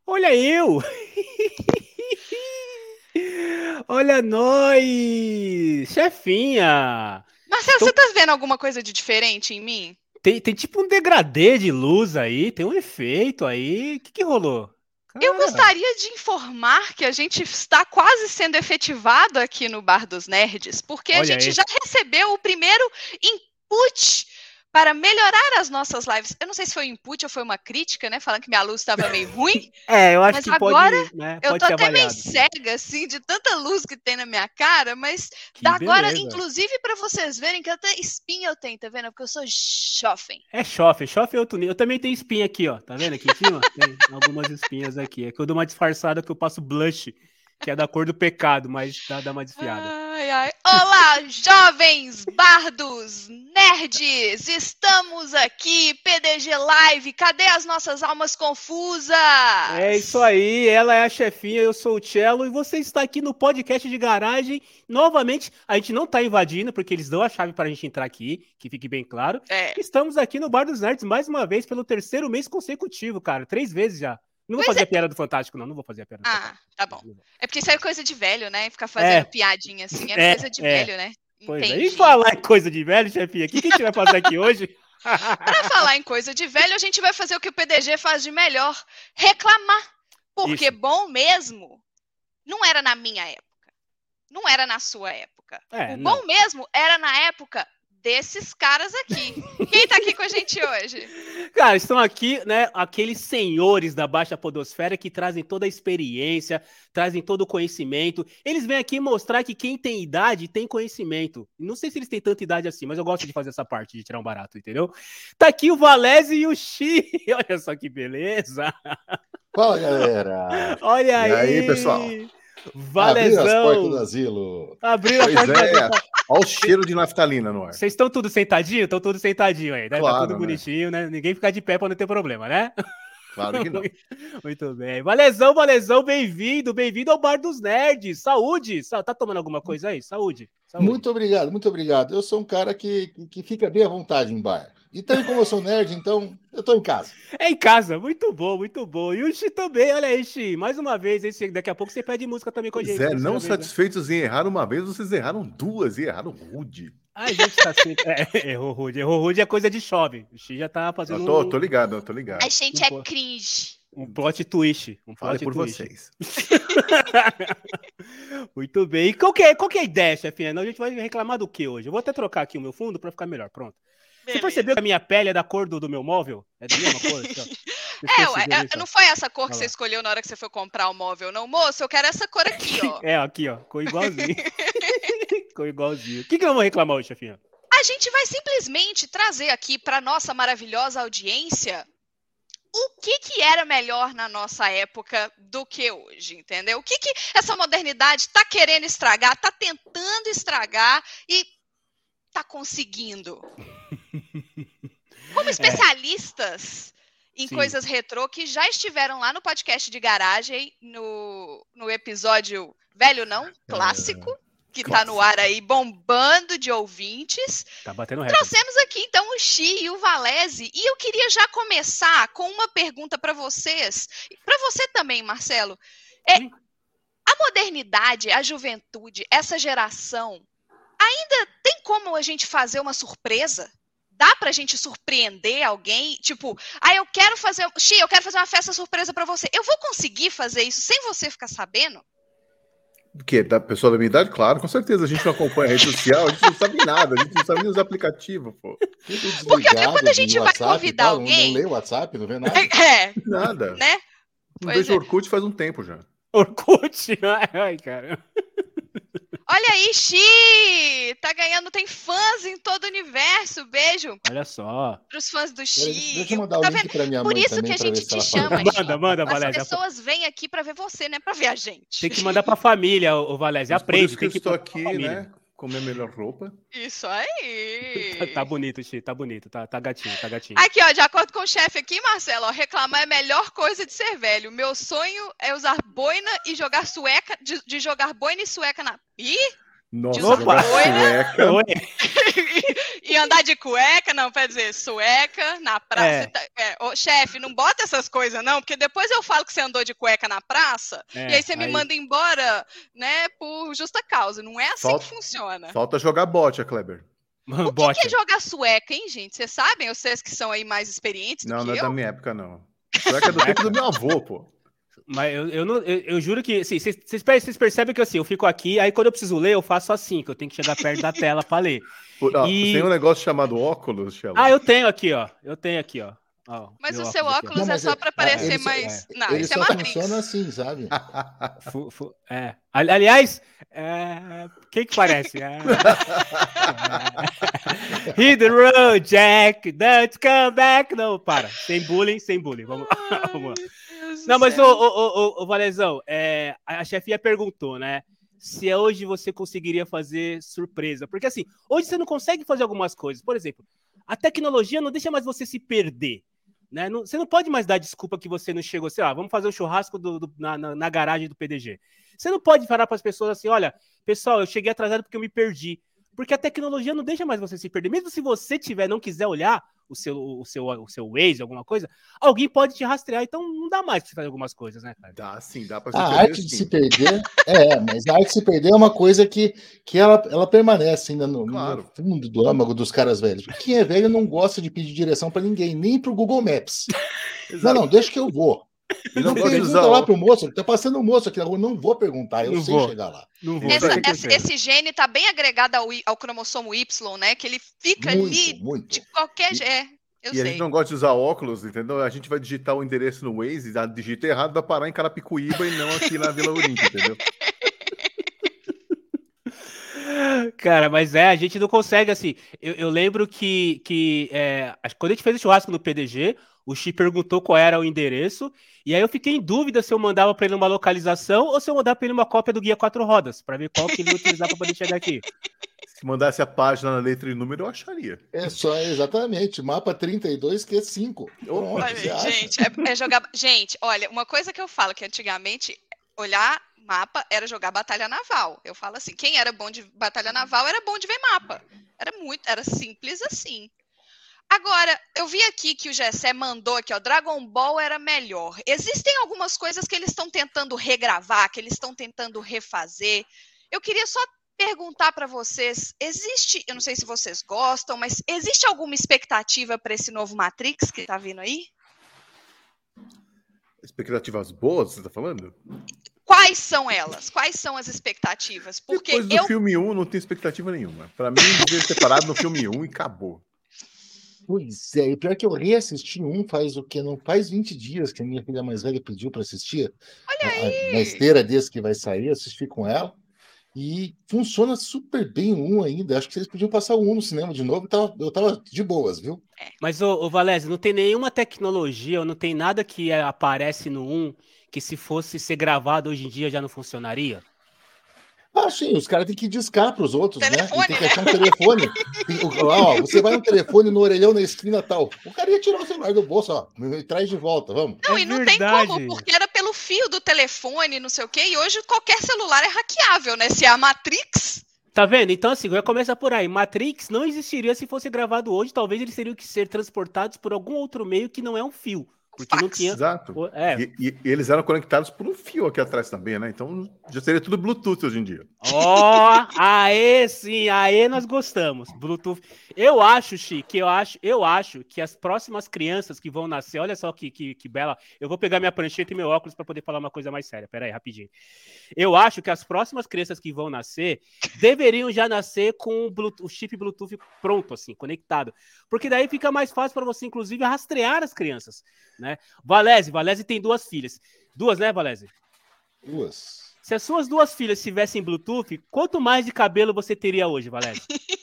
Olha eu! Olha nós! Chefinha! Marcelo, você Estou... tá vendo alguma coisa de diferente em mim? Tem tipo um degradê de luz aí, tem um efeito aí. O que rolou? Eu Cara, gostaria de informar que a gente está quase sendo efetivado aqui no Bar dos Nerds, porque a olha gente aí. já recebeu o primeiro input para melhorar as nossas lives. Eu não sei se foi um input ou foi uma crítica, né? Falando que minha luz estava meio ruim. Eu acho Mas que agora pode, né, eu pode tô ser até meio avaliado, sim. cega, assim, de tanta luz que tem na minha cara, mas Que dá agora, beleza. inclusive, para vocês verem que até espinha eu tenho, tá vendo? Porque eu sou jovem. É chofe, chofe é outro nível. Eu também tenho espinha aqui, ó. Tá vendo aqui em cima? Tem algumas espinhas aqui. É que eu dou uma disfarçada que eu passo blush, que é da cor do pecado, mas dá uma desfiada. Ai, ai. Olá, jovens, bardos, nerds! Estamos aqui, PDG Live. Cadê as nossas almas confusas? É isso aí, ela é a chefinha, eu sou o Cello e você está aqui no podcast de garagem. Novamente, a gente não está invadindo, porque eles dão a chave para a gente entrar aqui, que fique bem claro. É. Estamos aqui no Bar dos Nerds mais uma vez, pelo terceiro mês consecutivo, cara. 3 vezes já. Não vou Pois fazer é. a piada do Fantástico, não. Não vou fazer a piada do Ah, Fantástico. tá bom. Não vou. É porque isso é coisa de velho, né? Ficar fazendo É, piadinha assim é é, coisa de é. velho, né? Pois é. E Entendi. falar em coisa de velho, chefinha, o que a gente vai fazer aqui hoje? Para falar em coisa de velho, a gente vai fazer o que o PDG faz de melhor: reclamar. Porque Isso. bom mesmo não era na minha época. Não era na sua época. O Não. bom mesmo era na época desses caras aqui. Quem tá aqui com a gente hoje? Cara, estão aqui, né, aqueles senhores da Baixa Podosfera que trazem toda a experiência, trazem todo o conhecimento. Eles vêm aqui mostrar que quem tem idade tem conhecimento. Não sei se eles têm tanta idade assim, mas eu gosto de fazer essa parte, de tirar um barato, entendeu? Tá aqui o Valese e o Xi. Olha só que beleza. Fala, galera. Olha E aí, pessoal? Abriram as portas do asilo. Abriram a porta do asilo. Olha o cheiro de naftalina no ar. Vocês estão tudo sentadinho? Estão tudo sentadinho aí, né? Claro, tá tudo bonitinho, né? Ninguém ficar de pé pra não ter problema, né? Claro que não. Muito bem. Valezão, bem-vindo ao Bar dos Nerds. Saúde! Tá tomando alguma coisa aí? Saúde. Muito obrigado. Eu sou um cara que fica bem à vontade em bar. E também, como eu sou nerd, então eu tô em casa. É em casa, muito bom. E o Xi também, olha aí, Xi. Mais uma vez, daqui a pouco você pede música também com a gente. Não satisfeitos em errar uma vez, vocês erraram duas e erraram rude. A gente tá sempre. Errou rude é coisa de chove. O Xi já tá fazendo. Eu tô ligado. A gente é cringe. Um plot twist. Fale por vocês. Muito bem. E qual que é a ideia, chefinha? A gente vai reclamar do que hoje? Eu vou até trocar aqui o meu fundo pra ficar melhor. Pronto. Beleza. Você percebeu que a minha pele é da cor do meu móvel? É da mesma cor? Não foi essa cor que você escolheu na hora que você foi comprar o móvel, não, moço? Eu quero essa cor aqui, ó. Aqui, ó. Ficou igualzinho. Ficou igualzinho. O que eu vou reclamar hoje, chefinha? A gente vai simplesmente trazer aqui pra nossa maravilhosa audiência o que era melhor na nossa época do que hoje, entendeu? O que essa modernidade tá querendo estragar, tá tentando estragar e tá conseguindo. Como especialistas em coisas retrô que já estiveram lá no podcast de garagem, no episódio velho não, clássico, que tá no ar aí bombando de ouvintes. Tá batendo recorde. Trouxemos aqui então o Xi e o Valese e eu queria já começar com uma pergunta para vocês, para você também, Marcelo. A modernidade, a juventude, essa geração, ainda tem como a gente fazer uma surpresa? Dá pra gente surpreender alguém? Tipo, eu quero fazer... Xi, eu quero fazer uma festa surpresa pra você. Eu vou conseguir fazer isso sem você ficar sabendo? O quê? Da pessoa da minha idade? Claro, com certeza. A gente não acompanha a rede social, a gente não sabe nada, a gente não sabe nem os aplicativos, pô. Porque até quando a gente vai convidar alguém... Não lê o WhatsApp, não vê nada. Nada. Né? Não vejo Orkut faz um tempo já. Orkut? Ai, cara. Olha aí, Xi! Tá ganhando, tem fãs em todo o universo. Beijo. Olha só. Pros fãs do Xi. Deixa eu mandar o link pra minha mãe. Por isso que a gente te chama. Manda, Valézia. As pessoas vêm aqui pra ver você, não é pra ver a gente. Tem que mandar pra família, o Valézia. Aprende. Tem que estou aqui, né? Com minha melhor roupa. Isso aí. Tá bonito, Xi, tá bonito. Tá gatinho. Aqui, ó, de acordo com o chefe aqui, Marcelo, ó, reclamar é a melhor coisa de ser velho. Meu sonho é usar boina e jogar sueca, de jogar boina e sueca na... Ih! Nossa, jogar sueca. e que andar de cueca, não, quer dizer, sueca, na praça. Chefe, não bota essas coisas, não, porque depois eu falo que você andou de cueca na praça, e aí você me manda embora, né, por justa causa. Não é assim que funciona. Falta jogar bote, Kleber. O que é jogar sueca, hein, gente? Vocês sabem? Vocês que são aí mais experientes do que eu? Não é da minha época, não. Sueca é do tempo do meu avô, pô. Mas eu juro que, assim, vocês percebem que assim, eu fico aqui, aí quando eu preciso ler, eu faço assim, que eu tenho que chegar perto da tela pra ler. Tem um negócio chamado óculos, Shelo. Eu tenho aqui, ó. Mas o seu óculos é só pra parecer mais... Não, ele isso só é Matrix. funciona assim, sabe? Aliás, quem que parece? Hit the road, Jack, don't come back. Não, para. Sem bullying. Vamos lá. Não, mas, ô Valezão, a chefia perguntou, né? Se hoje você conseguiria fazer surpresa. Porque, assim, hoje você não consegue fazer algumas coisas. Por exemplo, a tecnologia não deixa mais você se perder. Né? Você não pode mais dar desculpa que você não chegou, sei lá, vamos fazer um churrasco na garagem do PDG. Você não pode falar para as pessoas assim, olha, pessoal, eu cheguei atrasado porque eu me perdi. Porque a tecnologia não deixa mais você se perder. Mesmo se você não quiser olhar o seu Waze, alguma coisa, alguém pode te rastrear, então não dá mais para você fazer algumas coisas, né, cara? Dá sim, dá para se perder. A arte de se perder, mas a arte de se perder é uma coisa que ela permanece ainda no fundo do âmago dos caras velhos. Quem é velho não gosta de pedir direção para ninguém, nem pro Google Maps. Não, deixa que eu vou. E não pergunta lá pro moço, tá passando um moço aqui na rua, não vou perguntar, eu sei chegar lá. Não vou. Esse gene tá bem agregado ao cromossomo Y, né? Que ele fica muito. De qualquer jeito. A gente não gosta de usar óculos, entendeu? A gente vai digitar o endereço no Waze, digita errado, vai parar em Carapicuíba e não aqui na Vila Olímpia, entendeu? Cara, mas a gente não consegue, assim. Eu lembro que quando a gente fez o churrasco no PDG, o Xi perguntou qual era o endereço, e aí eu fiquei em dúvida se eu mandava para ele uma localização ou se eu mandava para ele uma cópia do Guia 4 Rodas, para ver qual que ele ia utilizar para poder chegar aqui. Se mandasse a página na letra e número, eu acharia. É só, exatamente, mapa 32, que é 5. Gente, jogar... Gente, olha, uma coisa que eu falo, que antigamente, olhar mapa era jogar batalha naval. Eu falo assim, quem era bom de batalha naval era bom de ver mapa. Era simples assim. Agora, eu vi aqui que o Gessé mandou aqui, ó, Dragon Ball era melhor. Existem algumas coisas que eles estão tentando regravar, que eles estão tentando refazer. Eu queria só perguntar para vocês, eu não sei se vocês gostam, mas existe alguma expectativa para esse novo Matrix que tá vindo aí? Expectativas boas, você tá falando? Quais são elas? Quais são as expectativas? Porque depois do filme 1, não tenho expectativa nenhuma. Para mim, devia ter parado no filme 1 e acabou. Pois é, e pior que eu reassisti faz o quê? Não faz 20 dias que a minha filha mais velha pediu para assistir. Olha aí! Na esteira desse que vai sair, assisti com ela. E funciona super bem o 1 ainda. Acho que vocês podiam passar o 1 no cinema de novo. Eu tava de boas, viu? Mas, ô Valézio, não tem nenhuma tecnologia, ou não tem nada que aparece no 1 que se fosse ser gravado hoje em dia já não funcionaria? Sim, os caras têm que discar para os outros, telefone, né? Tem que achar um telefone. Você vai no telefone no orelhão na esquina tal. O cara ia tirar o celular do bolso, e traz de volta, vamos. Não, e não tem como, porque era pelo fio do telefone, não sei o quê, e hoje qualquer celular é hackeável, né? Se é a Matrix... Tá vendo? Então, assim, vai começar por aí. Matrix não existiria se fosse gravado hoje, talvez eles teriam que ser transportados por algum outro meio que não é um fio. Porque não tinha. Exato. E eles eram conectados por um fio aqui atrás também, né? Então já seria tudo Bluetooth hoje em dia. Aê, sim, aê, nós gostamos. Bluetooth. Eu acho, Chi, eu acho que as próximas crianças que vão nascer, olha só que bela. Eu vou pegar minha prancheta e meu óculos para poder falar uma coisa mais séria. Pera aí, rapidinho. Eu acho que as próximas crianças que vão nascer deveriam já nascer com o chip Bluetooth pronto, assim, conectado. Porque daí fica mais fácil para você, inclusive, rastrear as crianças. Né? Valese tem 2 filhas. 2, né, Valese? 2. Se as suas 2 filhas tivessem Bluetooth, quanto mais de cabelo você teria hoje, Valese?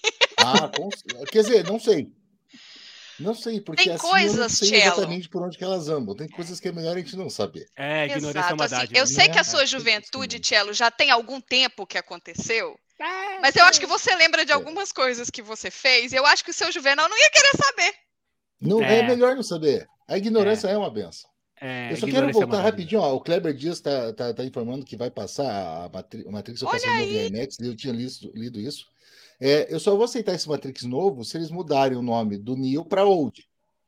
Quer dizer, não sei. Não sei, porque tem assim coisas, eu não sei Cello. exatamente por onde que elas andam. Tem coisas que é melhor a gente não saber. Ignorância é uma dádiva. Assim, eu sei que a sua juventude, Cello, já tem algum tempo que aconteceu, mas eu acho que você lembra de algumas coisas que você fez, e eu acho que o seu Juvenal não ia querer saber. Não, é melhor não saber. A ignorância é uma benção. Eu só quero voltar rapidinho. O Kleber Dias tá informando que vai passar a Matrix. Eu passei no IMAX, eu tinha lido isso. Eu só vou aceitar esse Matrix novo se eles mudarem o nome do Neo para Old.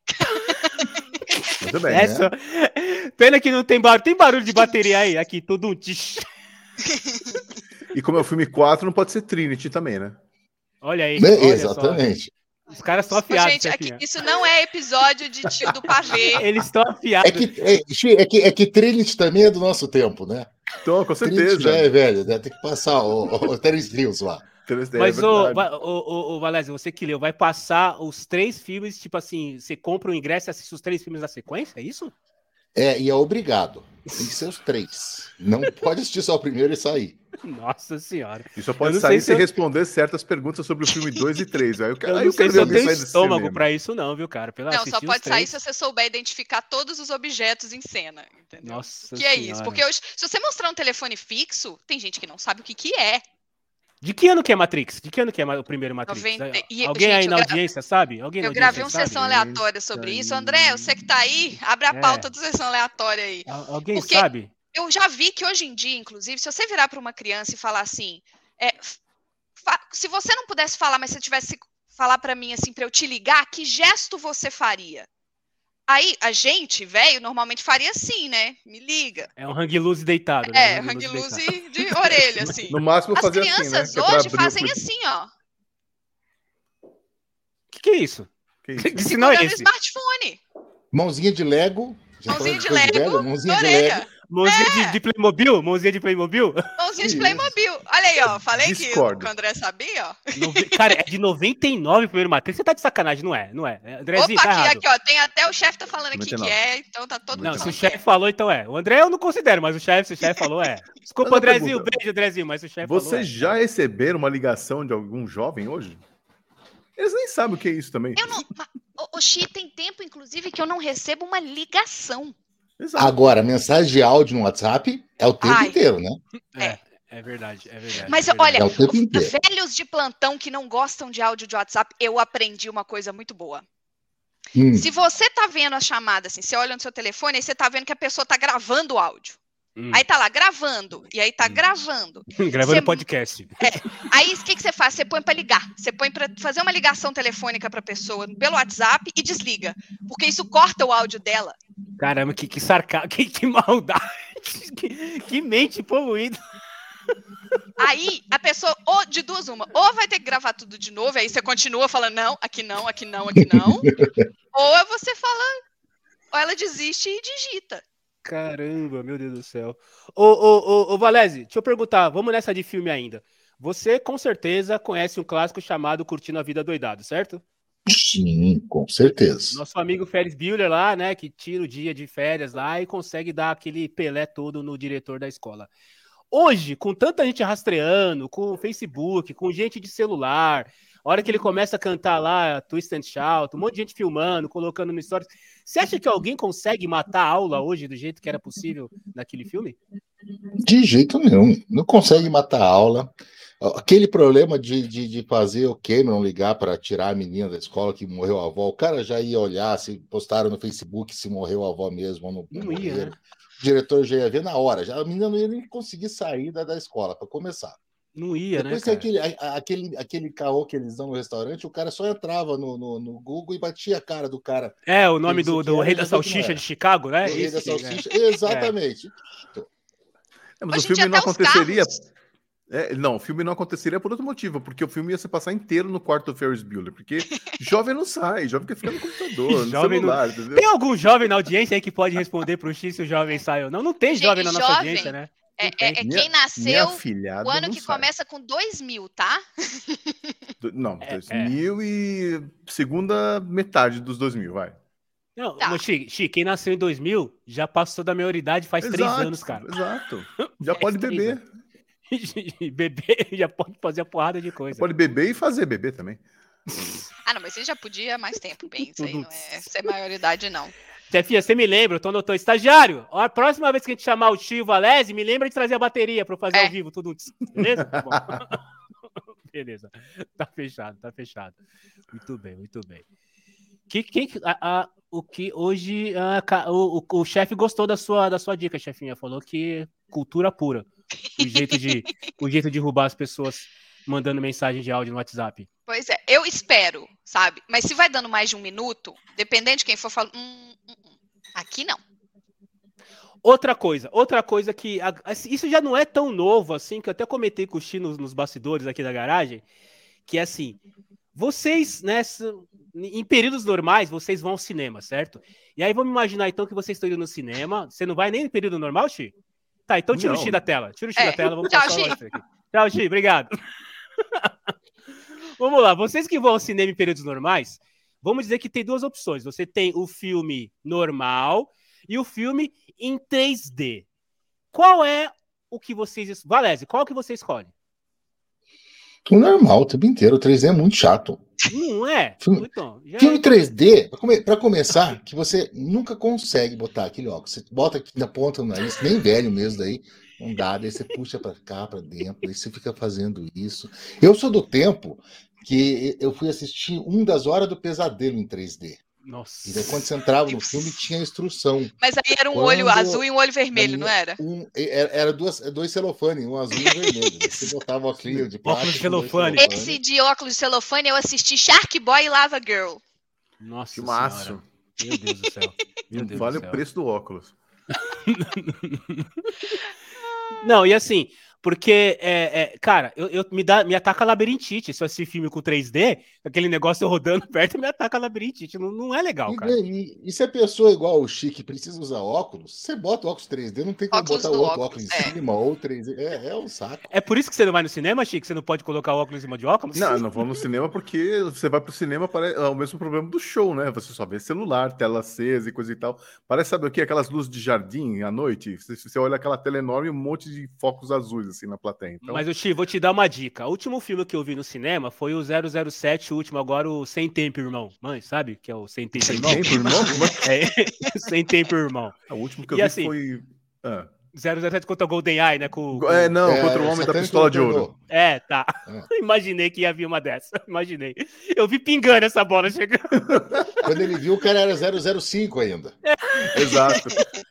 Muito bem, né? Pena que não tem barulho. Tem barulho de bateria aí? Aqui, tudo um tch. E como é o filme 4, não pode ser Trinity também, né? Olha aí. Né? Olha Exatamente. Só. Os caras estão afiados. Gente, aqui, isso não é episódio de tio do pavê. Eles estão afiados. É que Trinity também é do nosso tempo, né? Então, com certeza. Trinity já é velho, né? Tem que passar o Terence Hills lá. Mas, o Valézio, você que leu, vai passar os 3 filmes, tipo assim, você compra o ingresso e assiste os 3 filmes na sequência, é isso? E é obrigado. Tem que ser os 3. Não pode assistir só o primeiro e sair. Nossa senhora. E só pode sair se responder certas perguntas sobre o filme 2 e 3. Eu não sei se eu tenho estômago pra isso não, viu, cara? Não, só pode sair se você souber identificar todos os objetos em cena, entendeu? Nossa que é isso? Porque hoje, se você mostrar um telefone fixo, tem gente que não sabe o que é. De que ano que é Matrix? De que ano que é o primeiro Matrix? Alguém aí na audiência sabe? Eu gravei uma sessão aleatória sobre isso. André, você que tá aí, abre a pauta da sessão aleatória aí. Alguém sabe? Eu já vi que hoje em dia, inclusive, se você virar para uma criança e falar assim, se você não pudesse falar, mas se tivesse que falar para mim assim, para eu te ligar, que gesto você faria? Aí, a gente, velho, normalmente faria assim, né? Me liga. É um hang loose deitado, né? Hang loose de orelha, assim. No máximo, fazer assim, né? As crianças hoje fazem assim, ó. Que é isso? Que sinal é esse? Smartphone. Mãozinha de Lego. Mãozinha de Lego, mãozinha de Lego. Mãozinha de Playmobil? Mãozinha de Playmobil? Mãozinha de Playmobil. Olha aí, ó. Falei Discord. Que o André sabia, ó. Cara, é de 99 o primeiro Matrix. Você tá de sacanagem, não é? Não é. Andrezinho, opa, tá aqui, ó. Tem até o chefe tá falando aqui 99. Que é, então tá todo mundo. Não, se o chefe falou, então é. O André eu não considero, mas se o chefe falou, é. Desculpa, Andrezinho, beijo, Andrezinho, mas se o chefe falou. Vocês já receberam uma ligação de algum jovem hoje? Eles nem sabem o que é isso também. Eu não. O Xi, tem tempo, inclusive, que eu não recebo uma ligação. Exato. Agora, mensagem de áudio no WhatsApp é o tempo inteiro, né? É verdade. Mas olha, velhos de plantão que não gostam de áudio de WhatsApp, eu aprendi uma coisa muito boa. Se você tá vendo a chamada, assim, você olha no seu telefone, aí você tá vendo que a pessoa tá gravando o áudio. Aí tá lá, gravando. E aí tá gravando. Gravando podcast. Aí o que você faz? Você põe pra ligar. Você põe pra fazer uma ligação telefônica pra pessoa pelo WhatsApp e desliga. Porque isso corta o áudio dela. Caramba, que sarcasmo, que maldade. Que mente poluída. Aí a pessoa, ou de duas uma, ou vai ter que gravar tudo de novo, aí você continua falando, não, aqui não. Ou você fala, ou ela desiste e digita. Caramba, meu Deus do céu. Ô Valézio, deixa eu perguntar, vamos nessa de filme ainda. Você com certeza conhece um clássico chamado Curtindo a Vida Doidado, certo? Sim, com certeza. Nosso amigo Ferris Bueller lá, né, que tira o dia de férias lá e consegue dar aquele Pelé todo no diretor da escola. Hoje, com tanta gente rastreando, com Facebook, com gente de celular, a hora que ele começa a cantar lá, Twist and Shout, um monte de gente filmando, colocando no stories. Você acha que alguém consegue matar a aula hoje do jeito que era possível naquele filme? De jeito nenhum. Não consegue matar a aula. Aquele problema de fazer o Cameron ligar para tirar a menina da escola que morreu a avó, o cara já ia olhar se postaram no Facebook se morreu a avó mesmo ou não ia, né? O diretor já ia ver na hora. Já, a menina não ia nem conseguir sair da escola, para começar. Não ia, depois, né, cara? Aquele caô que eles dão no restaurante, o cara só entrava no Google e batia a cara do cara. O nome do Rei da Salsicha de Chicago, né? O Rei da Salsicha, exatamente. Mas o filme não aconteceria... não, o filme não aconteceria por outro motivo, porque o filme ia se passar inteiro no quarto do Ferris Bueller, porque jovem não sai, jovem quer ficar no computador, no celular, entendeu? Tem algum jovem na audiência aí que pode responder pro X se o jovem sai ou não? Não tem jovem na nossa audiência, né? Quem nasceu o ano que começa com 2000, tá? Não, 2000 e segunda metade dos 2000, vai. Não, tá. Xi, quem nasceu em 2000 já passou da maioridade faz 3 anos, cara. Exato, já pode beber. Beber, já pode fazer a porrada de coisa. Pode beber e fazer beber também. Não, mas você já podia há mais tempo, bem, isso aí não é ser maioridade, não. Chefinha, você me lembra, eu tô estagiário. A próxima vez que a gente chamar o Tio Valese, me lembra de trazer a bateria pra eu fazer ao vivo, tudo. Beleza? Tá bom. Beleza. Tá fechado. Muito bem. O que hoje o chefe gostou da sua dica, chefinha. Falou que cultura pura. O jeito de derrubar as pessoas mandando mensagem de áudio no WhatsApp. Pois é, eu espero, sabe? Mas se vai dando mais de 1 minuto, dependendo de quem for, eu falo, aqui não. Outra coisa que... Isso já não é tão novo, assim, que eu até comentei com o Chi nos bastidores aqui da garagem, que é assim, vocês, né, em períodos normais, vocês vão ao cinema, certo? E aí vamos imaginar, então, que vocês estão indo no cinema. Você não vai nem no período normal, Chi? Tá, então tira o Chi da tela. Tira o Chi da tela, vamos passar o aqui. Tchau, Chi, obrigado. Vamos lá, vocês que vão ao cinema em períodos normais, vamos dizer que tem 2 opções. Você tem o filme normal e o filme em 3D. Qual é o que vocês... Valese, qual que você escolhe? O normal, o tempo inteiro. O 3D é muito chato. Não é? Filme 3D, para começar, que você nunca consegue botar aquele óculos. Você bota aqui na ponta do nariz, nem velho mesmo daí, não dá, daí você puxa para cá, para dentro, daí você fica fazendo isso. Eu sou do tempo que eu fui assistir Das Horas do Pesadelo em 3D. Nossa. E daí quando você entrava no filme tinha instrução. Mas aí era um olho azul e um olho vermelho, não era? Era dois celofane, um azul e um vermelho. Você botava óculos de plástico. Óculos de celofane. Esse de óculos de celofane eu assisti Shark Boy e Lava Girl. Nossa, que massa. Meu Deus do céu. Vale o preço do óculos. Não, e assim, porque, cara, me ataca labirintite se eu assistir filme com 3D, aquele negócio rodando perto, me ataca labirintite. Não é legal, cara. E se a pessoa igual o Chique precisa usar óculos, você bota óculos 3D, não tem como botar o outro óculos em cima ou 3D. É um saco. É por isso que você não vai no cinema, Chique? Você não pode colocar óculos em cima de óculos? Não vou no cinema porque você vai pro cinema, é o mesmo problema do show, né? Você só vê celular, tela acesa e coisa e tal. Parece, sabe o que? Aquelas luzes de jardim à noite. Você olha aquela tela enorme e um monte de focos azuis assim na plateia. Então... Mas, Chi, vou te dar uma dica. O último filme que eu vi no cinema foi o 007, o último agora, o Sem Tempo, Irmão. Mãe, sabe? Que é o Sem Tempo, Irmão. Sem Tempo, Irmão? Sem Tempo, Irmão. O último que eu vi assim, foi... 007 contra o GoldenEye, né? Contra o Homem da Pistola de Ouro. Tá. Imaginei que ia vir uma dessa. Imaginei. Eu vi pingando essa bola chegando. Quando ele viu, o cara era 005 ainda. Exato.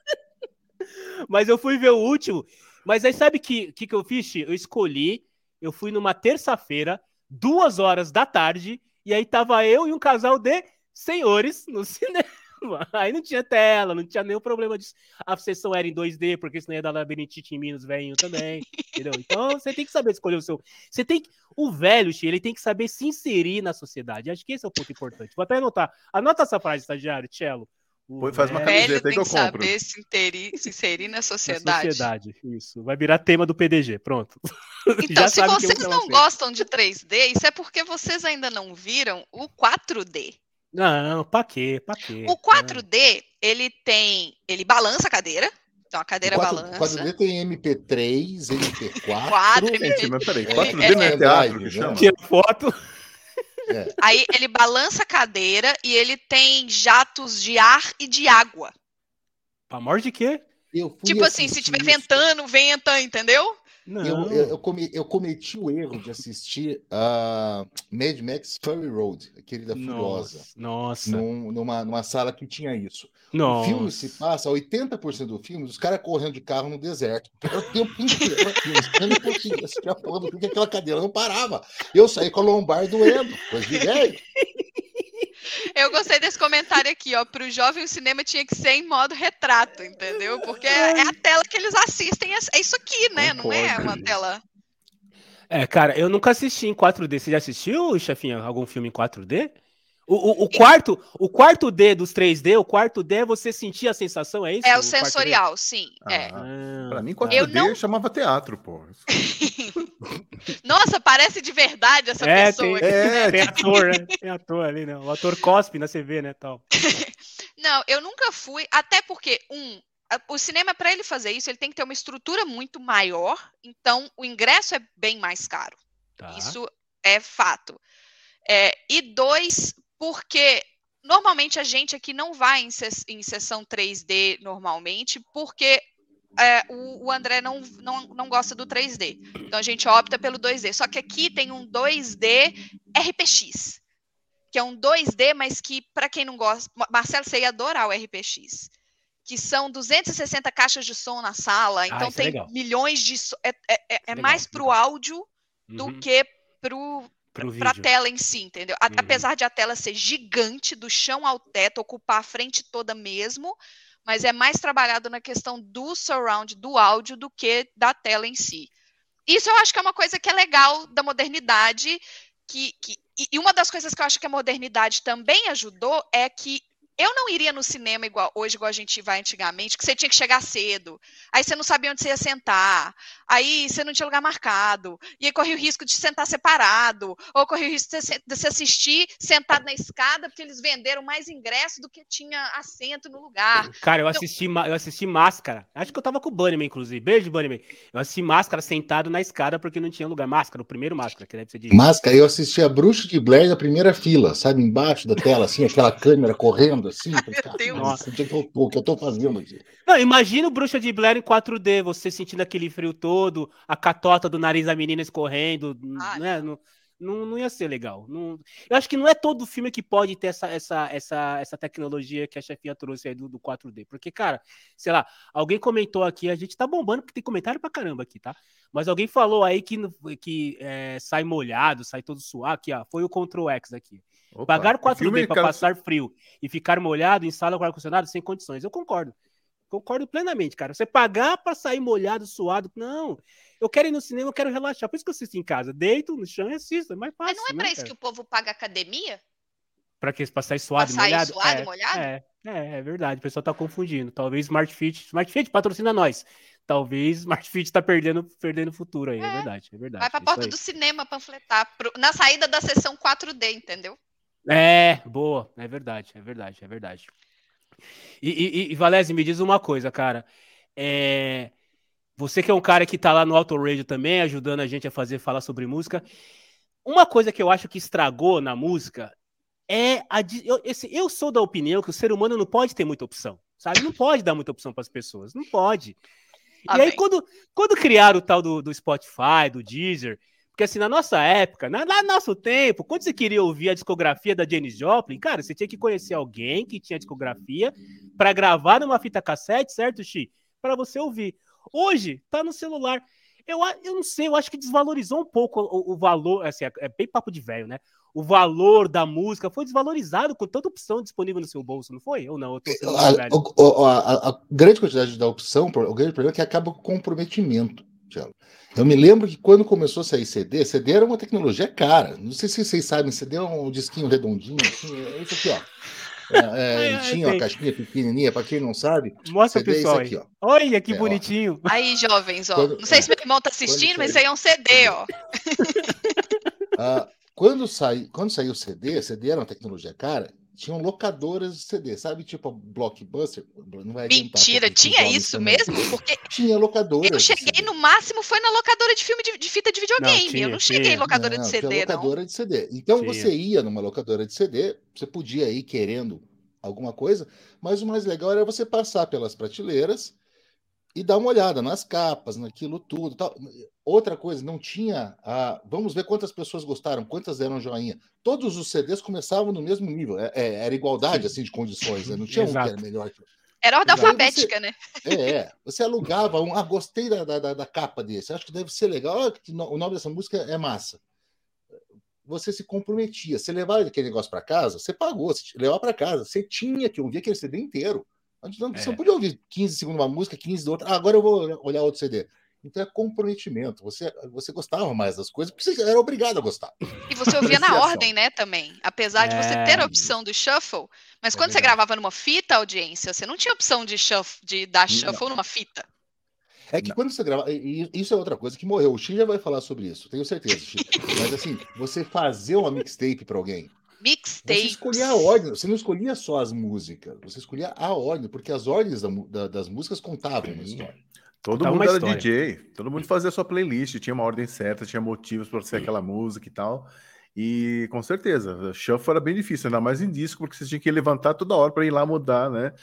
Mas eu fui ver o último. Mas aí sabe o que eu fiz? Eu fui numa terça-feira, 2h da tarde, e aí tava eu e um casal de senhores no cinema. Aí não tinha tela, não tinha nenhum problema disso. A sessão era em 2D, porque senão ia dar labirintite em mim nos velhinhos também, entendeu? Então você tem que saber escolher o seu... O velho, ele tem que saber se inserir na sociedade. Acho que esse é o ponto importante. Vou até anotar. Anota essa frase, estagiário, Cello. Faz uma camiseta aí que eu compro. Velho tem que saber se inserir na sociedade. Isso. Vai virar tema do PDG, pronto. Então, se vocês não gostam de 3D, isso é porque vocês ainda não viram o 4D. Não, pra quê? O 4D, ele balança a cadeira. Então a cadeira balança. O 4D tem MP3, MP4. 4D não é teatro que chama? Tira foto. Aí ele balança a cadeira e ele tem jatos de ar e de água. Pra morte de quê? Tipo assim, se tiver ventando, venta, entendeu? Eu cometi o erro de assistir a Mad Max Fury Road, aquele da Furiosa. Nossa. Numa sala que tinha isso. Nossa. O filme se passa, 80% do filme, os caras correndo de carro no deserto. O tempo inteiro. Eu não conseguia assistir a porra do filme, porque aquela cadeira não parava. Eu saí com a lombar doendo. Coisa de velho. Eu gostei desse comentário aqui, ó. Pro jovem, o cinema tinha que ser em modo retrato, entendeu? Porque é a tela que eles assistem, é isso aqui, né? Não é uma tela... Cara, eu nunca assisti em 4D. Você já assistiu, chefinha, algum filme em 4D? O quarto D dos 3D, o quarto D é você sentir a sensação, é isso? É o sensorial, sim. Pra mim, 4D chamava teatro, pô. Nossa, parece de verdade essa pessoa aqui. Tem ator, né? Tem ator ali, né? O ator cospe na CV, né? Tal. Não, eu nunca fui, até porque, o cinema, para ele fazer isso, ele tem que ter uma estrutura muito maior, então o ingresso é bem mais caro. Tá. Isso é fato. E 2, porque normalmente a gente aqui não vai em sessão 3D normalmente, porque o André não gosta do 3D. Então a gente opta pelo 2D. Só que aqui tem um 2D RPX, que é um 2D, mas que, para quem não gosta... Marcelo, você ia adorar o RPX. Que são 260 caixas de som na sala, então tem milhões de... É mais pro áudio do que pra tela em si, entendeu? Apesar de a tela ser gigante, do chão ao teto, ocupar a frente toda mesmo, mas é mais trabalhado na questão do surround, do áudio, do que da tela em si. Isso eu acho que é uma coisa que é legal da modernidade, e uma das coisas que eu acho que a modernidade também ajudou é que eu não iria no cinema igual a gente vai antigamente, que você tinha que chegar cedo, aí você não sabia onde você ia sentar, aí você não tinha lugar marcado, e aí corria o risco de sentar separado, ou corria o risco de você assistir sentado na escada, porque eles venderam mais ingresso do que tinha assento no lugar. Cara, eu assisti Máscara, acho que eu tava com o Bunnyman, inclusive, beijo, Bunnyman. Eu assisti Máscara sentado na escada porque não tinha lugar. Máscara, o primeiro Máscara, que deve ser de... Máscara, eu assisti a Bruxa de Blair na primeira fila, sabe, embaixo da tela, assim, aquela câmera correndo, assim, meu Deus. Nossa, o que eu tô fazendo aqui? Não, imagina o Bruxa de Blair em 4D, você sentindo aquele frio todo, a catota do nariz da menina escorrendo, né? Não ia ser legal. Eu acho que não é todo filme que pode ter essa tecnologia que a chefia trouxe aí do 4D. Porque, cara, sei lá, alguém comentou aqui, a gente tá bombando porque tem comentário pra caramba aqui, tá? Mas alguém falou aí que sai molhado, sai todo suado. Aqui, ó, foi o Ctrl X aqui. Opa, pagar 4D para passar frio e ficar molhado em sala com ar-condicionado sem condições. Eu concordo. Concordo plenamente, cara. Você pagar para sair molhado, suado, não. Eu quero ir no cinema, eu quero relaxar. Por isso que eu assisto em casa. Deito no chão e assisto. É mais fácil. Mas não é para isso que o povo paga academia? Para quê? Pra sair suado e molhado? Suado e molhado? É verdade. O pessoal tá confundindo. Talvez Smart Fit patrocina nós. Talvez Smart Fit tá perdendo futuro aí. É verdade. Vai pra porta do cinema panfletar. Na saída da sessão 4D, entendeu? Boa. É verdade. E Valese, me diz uma coisa, cara. Você que é um cara que tá lá no Auto Radio também, ajudando a gente a falar sobre música. Uma coisa que eu acho que estragou na música eu sou da opinião que o ser humano não pode ter muita opção, sabe? Não pode dar muita opção para as pessoas. Não pode. E aí, quando criaram o tal do Spotify, do Deezer, porque assim, na nossa época, no nosso tempo, quando você queria ouvir a discografia da Janis Joplin, cara, você tinha que conhecer alguém que tinha discografia para gravar numa fita cassete, certo, Xi? Para você ouvir. Hoje, tá no celular. Eu não sei, eu acho que desvalorizou um pouco o valor, assim, é bem papo de velho, né? O valor da música foi desvalorizado com tanta opção disponível no seu bolso, não foi? Ou não? Eu tô sendo velho. A grande quantidade da opção, o grande problema é que acaba com o comprometimento, Thiago. Eu me lembro que quando começou a sair CD era uma tecnologia cara. Não sei se vocês sabem, CD é um disquinho redondinho, assim, é isso aqui, ó. Tinha uma caixinha pequenininha, para quem não sabe. Mostra o pessoal aqui, ó. Olha que bonitinho. Ó. Aí, jovens, ó. Não sei se meu irmão tá assistindo, mas isso aí é um CD, ó. Quando saiu o CD era uma tecnologia cara, tinham locadoras de CD, sabe? Tipo a Blockbuster. Não vai Mentira, tinha isso também. Mesmo? Porque tinha locadora. Eu cheguei no máximo, foi na locadora de filme de fita de videogame. Eu não cheguei em locadora de CD, locadora de CD. Então você ia numa locadora de CD, você podia ir querendo alguma coisa, mas o mais legal era você passar pelas prateleiras e dar uma olhada nas capas, naquilo tudo. Tal. Outra coisa, não tinha... vamos ver quantas pessoas gostaram, quantas deram joinha. Todos os CDs começavam no mesmo nível. Era igualdade assim, de condições. Né? Não tinha um que era melhor. Era ordem alfabética, né? Você alugava gostei da capa desse. Acho que deve ser legal. O nome dessa música é massa. Você se comprometia. Você levava aquele negócio para casa, você pagou. Você levava para casa. Você tinha que ouvir aquele CD inteiro. Você não podia ouvir 15 segundos uma música, 15 de outra. Agora eu vou olhar outro CD. Então é comprometimento. Você gostava mais das coisas porque você era obrigado a gostar. E você ouvia na ordem, né, também. Apesar de você ter a opção do shuffle, mas quando você gravava numa fita, audiência, você não tinha opção de dar shuffle numa fita. É que quando você grava... Isso é outra coisa que morreu. O Xi já vai falar sobre isso, tenho certeza, Xi. Mas assim, você fazer uma mixtape para alguém, mixtape. Você escolhia a ordem, você não escolhia só as músicas, você escolhia a ordem, porque as ordens das músicas contavam na história. Todo mundo era DJ, todo mundo fazia a sua playlist, tinha uma ordem certa, tinha motivos para ser aquela música e tal. E com certeza, shuffle era bem difícil, ainda mais em disco, porque você tinha que levantar toda hora para ir lá mudar, né?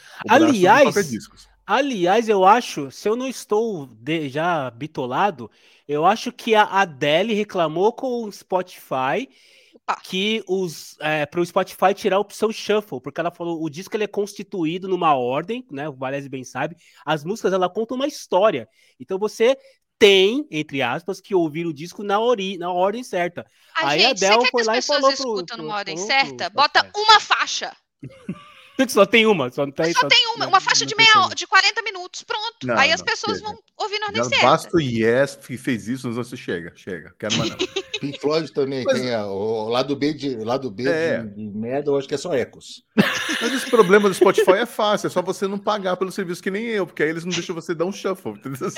Aliás, eu acho, se eu não estou já bitolado, eu acho que a Adele reclamou com o Spotify que para o Spotify tirar a opção shuffle, porque ela falou, o disco ele é constituído numa ordem, né? O Valese bem sabe, as músicas ela contam uma história, então você tem, entre aspas, que ouvir o disco na ordem certa. Aí a Adele foi lá e falou pro... escutam numa ordem certa? Bota uma faixa. Só tem uma. Só tem uma faixa de 40 minutos, pronto. Não, aí as pessoas vão ouvir na ordem certa. Basta o Yes que fez isso, não você chega. Quero mais não. Pink Floyd também tem o lado B de merda, eu acho que é só Ecos. Mas esse problema do Spotify é fácil, é só você não pagar pelo serviço que nem eu, porque aí eles não deixam você dar um shuffle.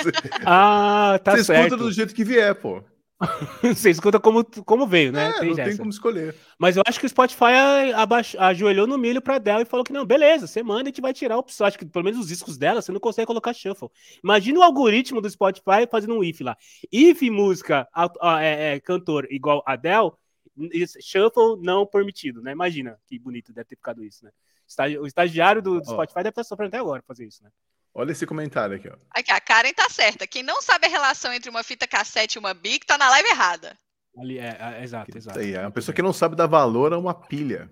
Tá você certo. Escuta do jeito que vier, pô. Você escuta como veio, né? Não tem como escolher. Mas eu acho que o Spotify ajoelhou no milho pra Adele e falou que não, beleza, você manda e a gente vai tirar a opção. Acho que pelo menos os discos dela você não consegue colocar shuffle. Imagina o algoritmo do Spotify fazendo um if lá. If música cantor igual Adele, shuffle não permitido, né? Imagina que bonito deve ter ficado isso, né? O estagiário do Spotify deve estar sofrendo até agora fazer isso, né? Olha esse comentário aqui, ó. Aqui, a Karen tá certa. Quem não sabe a relação entre uma fita cassete e uma BIC tá na live errada. Ali, exato. Aí, é uma pessoa que não sabe dar valor a uma pilha.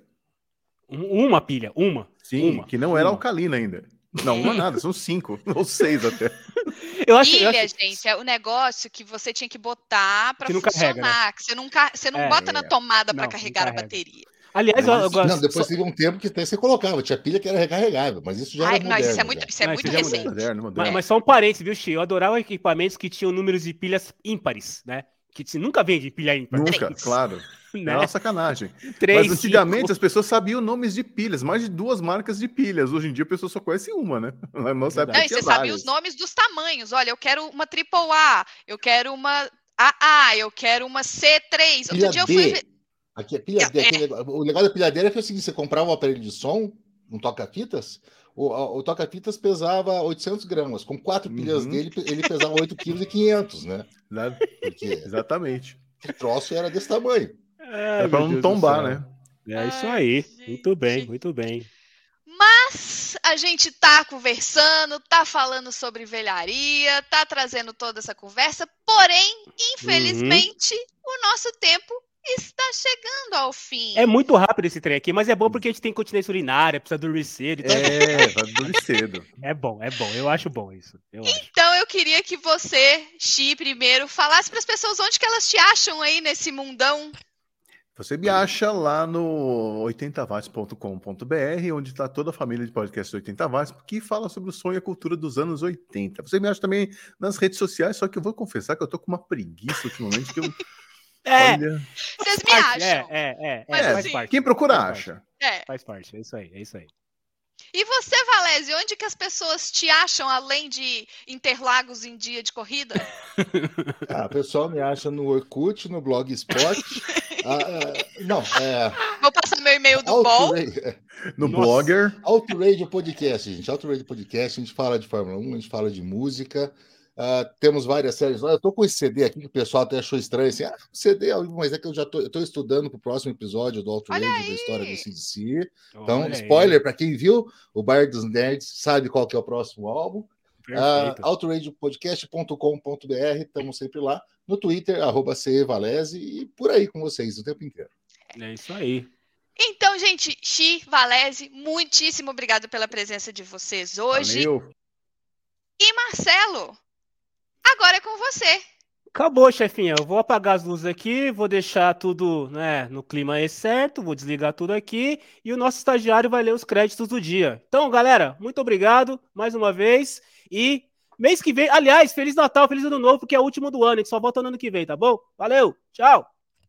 Uma pilha, uma. Sim, que não era alcalina ainda. Não, uma nada, são 5 ou 6 até. Pilha, gente, é o negócio que você tinha que botar pra funcionar. Carrega, né? Que você não bota na tomada pra carregar a bateria. Aliás, eu gosto. Não, depois teve um tempo que até você colocava, tinha pilha que era recarregável, mas isso já era moderno. Isso é muito recente. Moderno. Mas só um parênteses, viu, Xi? Eu adorava equipamentos que tinham números de pilhas ímpares, né? Que você nunca vende pilha ímpar. Nunca, claro. Né? É uma sacanagem. 3, mas antigamente 5... as pessoas sabiam nomes de pilhas, mais de 2 marcas de pilhas. Hoje em dia a pessoa só conhece uma, né? Não, e você sabia os nomes dos tamanhos. Olha, eu quero uma AAA, eu quero uma AA, eu quero uma C3. Outro dia eu fui ver... Aqui é pilha D. O legal da pilhadeira é que é o seguinte: você comprava um aparelho de som, um toca-fitas, o toca-fitas pesava 800 gramas. Com 4 pilhas dele, ele pesava 8,5 kg, né? Porque exatamente. O troço era desse tamanho. Era para não tombar, né? É isso aí. Muito bem, muito bem. Mas a gente tá conversando, tá falando sobre velharia, tá trazendo toda essa conversa, porém, infelizmente, o nosso tempo está chegando ao fim. É muito rápido esse trem aqui, mas é bom porque a gente tem continência urinária, precisa dormir cedo. Então... vai dormir cedo. É bom. Eu acho bom isso. Então eu queria que você, Xi, primeiro, falasse para as pessoas onde que elas te acham aí nesse mundão. Você me acha lá no 80watts.com.br, onde está toda a família de podcast 80 watts, que fala sobre o som e a cultura dos anos 80. Você me acha também nas redes sociais, só que eu vou confessar que eu tô com uma preguiça ultimamente, que eu... Olha... Vocês me acham. Faz parte. Quem procura acha. Faz parte, é isso aí. E você, Valese, onde que as pessoas te acham, além de Interlagos em dia de corrida? O pessoal me acha no Orkut, no Blogspot. Vou passar meu e-mail do Bol. No Blogger. Outradio Podcast, gente. Outradio Podcast, a gente fala de Fórmula 1, a gente fala de música. Temos várias séries. Eu tô com esse CD aqui que o pessoal até achou estranho, assim, CD, mas é que eu tô estudando pro próximo episódio do Outradio da história do AC/DC. Então, spoiler para quem viu, o Bar dos Nerds sabe qual que é o próximo álbum. outradiopodcast.com.br, estamos sempre lá. No Twitter, @cevalese, e por aí com vocês o tempo inteiro. É isso aí. Então, gente, Xi, Valese, muitíssimo obrigado pela presença de vocês hoje. Valeu. E Marcelo, agora é com você. Acabou, chefinha. Eu vou apagar as luzes aqui, vou deixar tudo, né, no clima aí certo, vou desligar tudo aqui e o nosso estagiário vai ler os créditos do dia. Então, galera, muito obrigado mais uma vez e mês que vem, aliás, Feliz Natal, Feliz Ano Novo, porque é o último do ano, a gente só volta no ano que vem, tá bom? Valeu, tchau!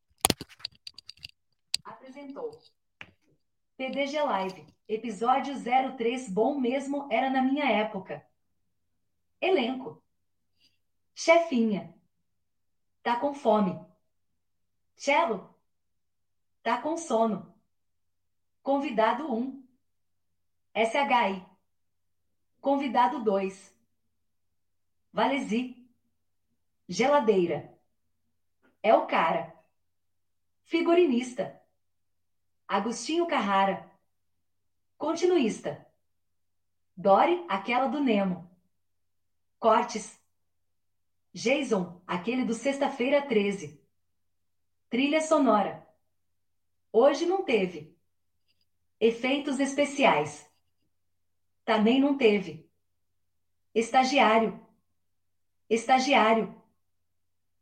Apresentou PDG Live, episódio 03, bom mesmo era na minha época. Elenco: Chefinha, tá com fome. Cello, tá com sono. Convidado 1, SHI. Convidado 2, Valesi. Geladeira, é o cara. Figurinista, Agostinho Carrara. Continuista, Dory, aquela do Nemo. Cortes, Jason, aquele do Sexta-feira 13. Trilha sonora, hoje não teve. Efeitos especiais, também não teve. Estagiário,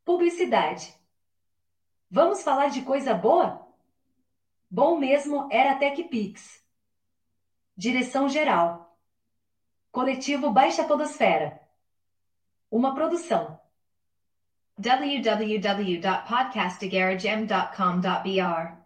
Publicidade. Vamos falar de coisa boa? Bom mesmo era TechPix. Direção-geral. Coletivo Baixa Podosfera. Uma produção. www.podcastgaragem.com.br